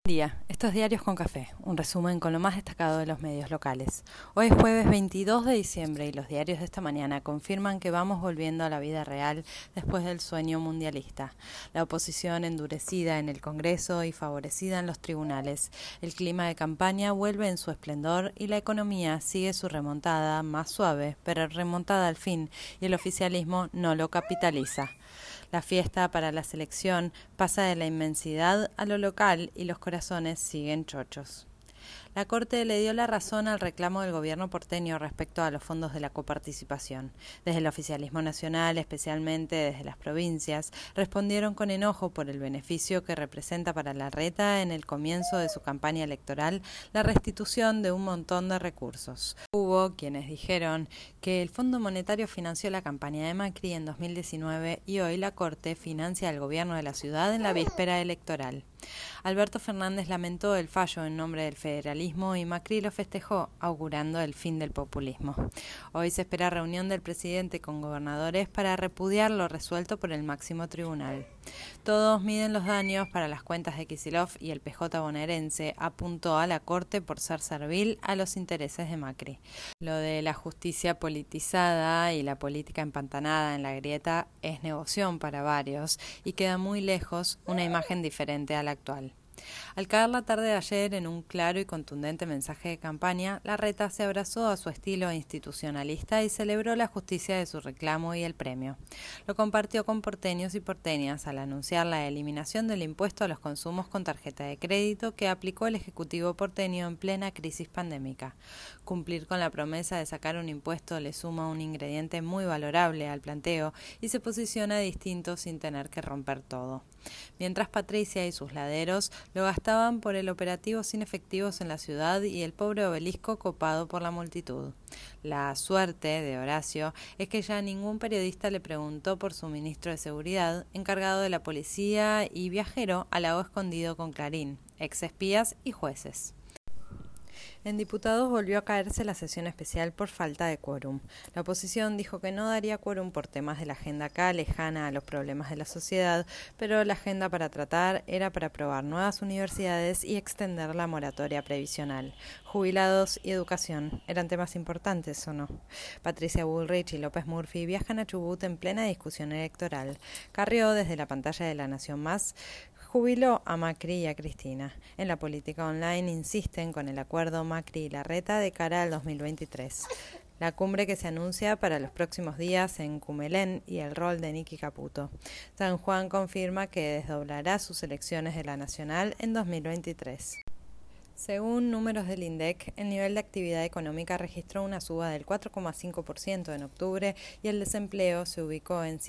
Estos diarios con café, un resumen con lo más destacado de los medios locales. Hoy es jueves 22 de diciembre y los diarios de esta mañana confirman que vamos volviendo a la vida real después del sueño mundialista. La oposición endurecida en el Congreso y favorecida en los tribunales. El clima de campaña vuelve en su esplendor y la economía sigue su remontada, más suave, pero remontada al fin, y el oficialismo no lo capitaliza. La fiesta para la selección pasa de la inmensidad a lo local y los corazones siguen chochos. La Corte le dio la razón al reclamo del gobierno porteño respecto a los fondos de la coparticipación. Desde el oficialismo nacional, especialmente desde las provincias, respondieron con enojo por el beneficio que representa para Larreta en el comienzo de su campaña electoral la restitución de un montón de recursos. Hubo quienes dijeron que el Fondo Monetario financió la campaña de Macri en 2019 y hoy la Corte financia al gobierno de la ciudad en la víspera electoral. Alberto Fernández lamentó el fallo en nombre del federalismo y Macri lo festejó, augurando el fin del populismo. Hoy se espera reunión del presidente con gobernadores para repudiar lo resuelto por el máximo tribunal. Todos miden los daños para las cuentas de Kicillof y el PJ bonaerense apuntó a la Corte por ser servil a los intereses de Macri. Lo de la justicia politizada y la política empantanada en la grieta es negoción para varios y queda muy lejos una imagen diferente a la actual. Al caer la tarde de ayer en un claro y contundente mensaje de campaña, Larreta se abrazó a su estilo institucionalista y celebró la justicia de su reclamo y el premio. Lo compartió con porteños y porteñas al anunciar la eliminación del impuesto a los consumos con tarjeta de crédito que aplicó el Ejecutivo porteño en plena crisis pandémica. Cumplir con la promesa de sacar un impuesto le suma un ingrediente muy valorable al planteo y se posiciona distinto sin tener que romper todo. Mientras Patricia y sus laderos lo gastaban por el operativo sin efectivos en la ciudad y el pobre obelisco copado por la multitud. La suerte de Horacio es que ya ningún periodista le preguntó por su ministro de Seguridad, encargado de la policía y viajero al lago escondido con Clarín, exespías y jueces. En diputados volvió a caerse la sesión especial por falta de quórum. La oposición dijo que no daría quórum por temas de la agenda acá lejana a los problemas de la sociedad, pero la agenda para tratar era para aprobar nuevas universidades y extender la moratoria previsional. Jubilados y educación, ¿eran temas importantes o no? Patricia Bullrich y López Murphy viajan a Chubut en plena discusión electoral. Carrió desde la pantalla de La Nación Más jubiló a Macri y a Cristina. En la política online insisten con el acuerdo Macri y Larreta de cara al 2023. La cumbre que se anuncia para los próximos días en Cumelén y el rol de Nicky Caputo. San Juan confirma que desdoblará sus elecciones de la Nacional en 2023. Según números del INDEC, el nivel de actividad económica registró una suba del 4,5% en octubre y el desempleo se ubicó en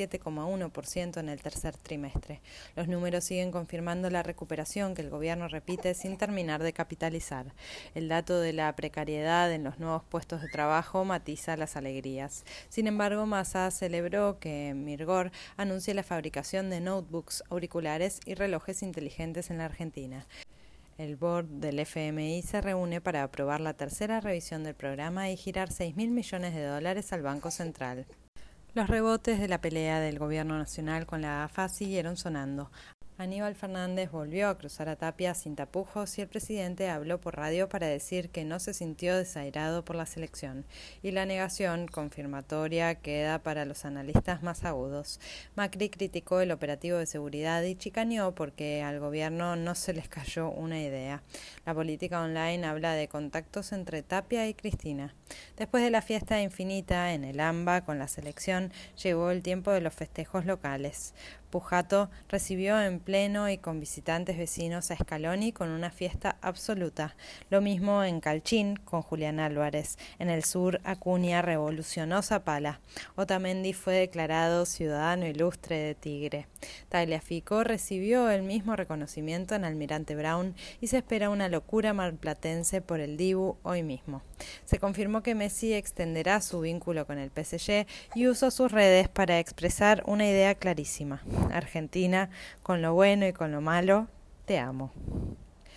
7,1% en el tercer trimestre. Los números siguen confirmando la recuperación que el gobierno repite sin terminar de capitalizar. El dato de la precariedad en los nuevos puestos de trabajo matiza las alegrías. Sin embargo, Massa celebró que Mirgor anuncie la fabricación de notebooks, auriculares y relojes inteligentes en la Argentina. El board del FMI se reúne para aprobar la tercera revisión del programa y girar $6.000 millones al Banco Central. Los rebotes de la pelea del gobierno nacional con la AFA siguieron sonando. Aníbal Fernández volvió a cruzar a Tapia sin tapujos y el presidente habló por radio para decir que no se sintió desairado por la selección. Y la negación confirmatoria queda para los analistas más agudos. Macri criticó el operativo de seguridad y chicaneó porque al gobierno no se les cayó una idea. La política online habla de contactos entre Tapia y Cristina. Después de la fiesta infinita en el AMBA con la selección, llegó el tiempo de los festejos locales. Pujato recibió en pleno y con visitantes vecinos a Scaloni con una fiesta absoluta. Lo mismo en Calchín con Julián Álvarez. En el sur, Acuña revolucionó Zapala. Otamendi fue declarado ciudadano ilustre de Tigre. Tagliafico recibió el mismo reconocimiento en Almirante Brown y se espera una locura marplatense por el Dibu hoy mismo. Se confirmó que Messi extenderá su vínculo con el PSG y usó sus redes para expresar una idea clarísima. Argentina, con lo bueno y con lo malo, te amo.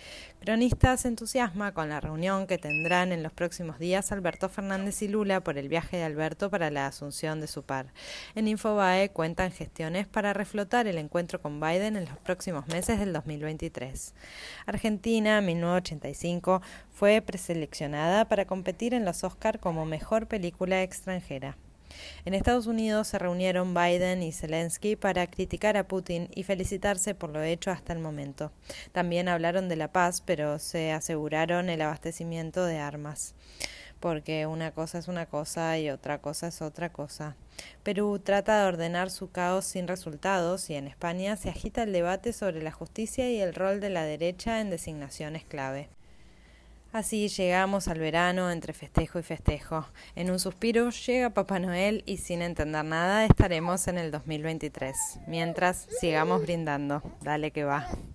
Peronista se entusiasma con la reunión que tendrán en los próximos días Alberto Fernández y Lula por el viaje de Alberto para la asunción de su par. En Infobae cuentan gestiones para reflotar el encuentro con Biden en los próximos meses del 2023. Argentina, 1985, fue preseleccionada para competir en los Oscar como mejor película extranjera. En Estados Unidos se reunieron Biden y Zelensky para criticar a Putin y felicitarse por lo hecho hasta el momento. También hablaron de la paz, pero se aseguraron el abastecimiento de armas. Porque una cosa es una cosa y otra cosa es otra cosa. Perú trata de ordenar su caos sin resultados y en España se agita el debate sobre la justicia y el rol de la derecha en designaciones clave. Así llegamos al verano entre festejo y festejo. En un suspiro llega Papá Noel y sin entender nada estaremos en el 2023. Mientras, sigamos brindando. Dale que va.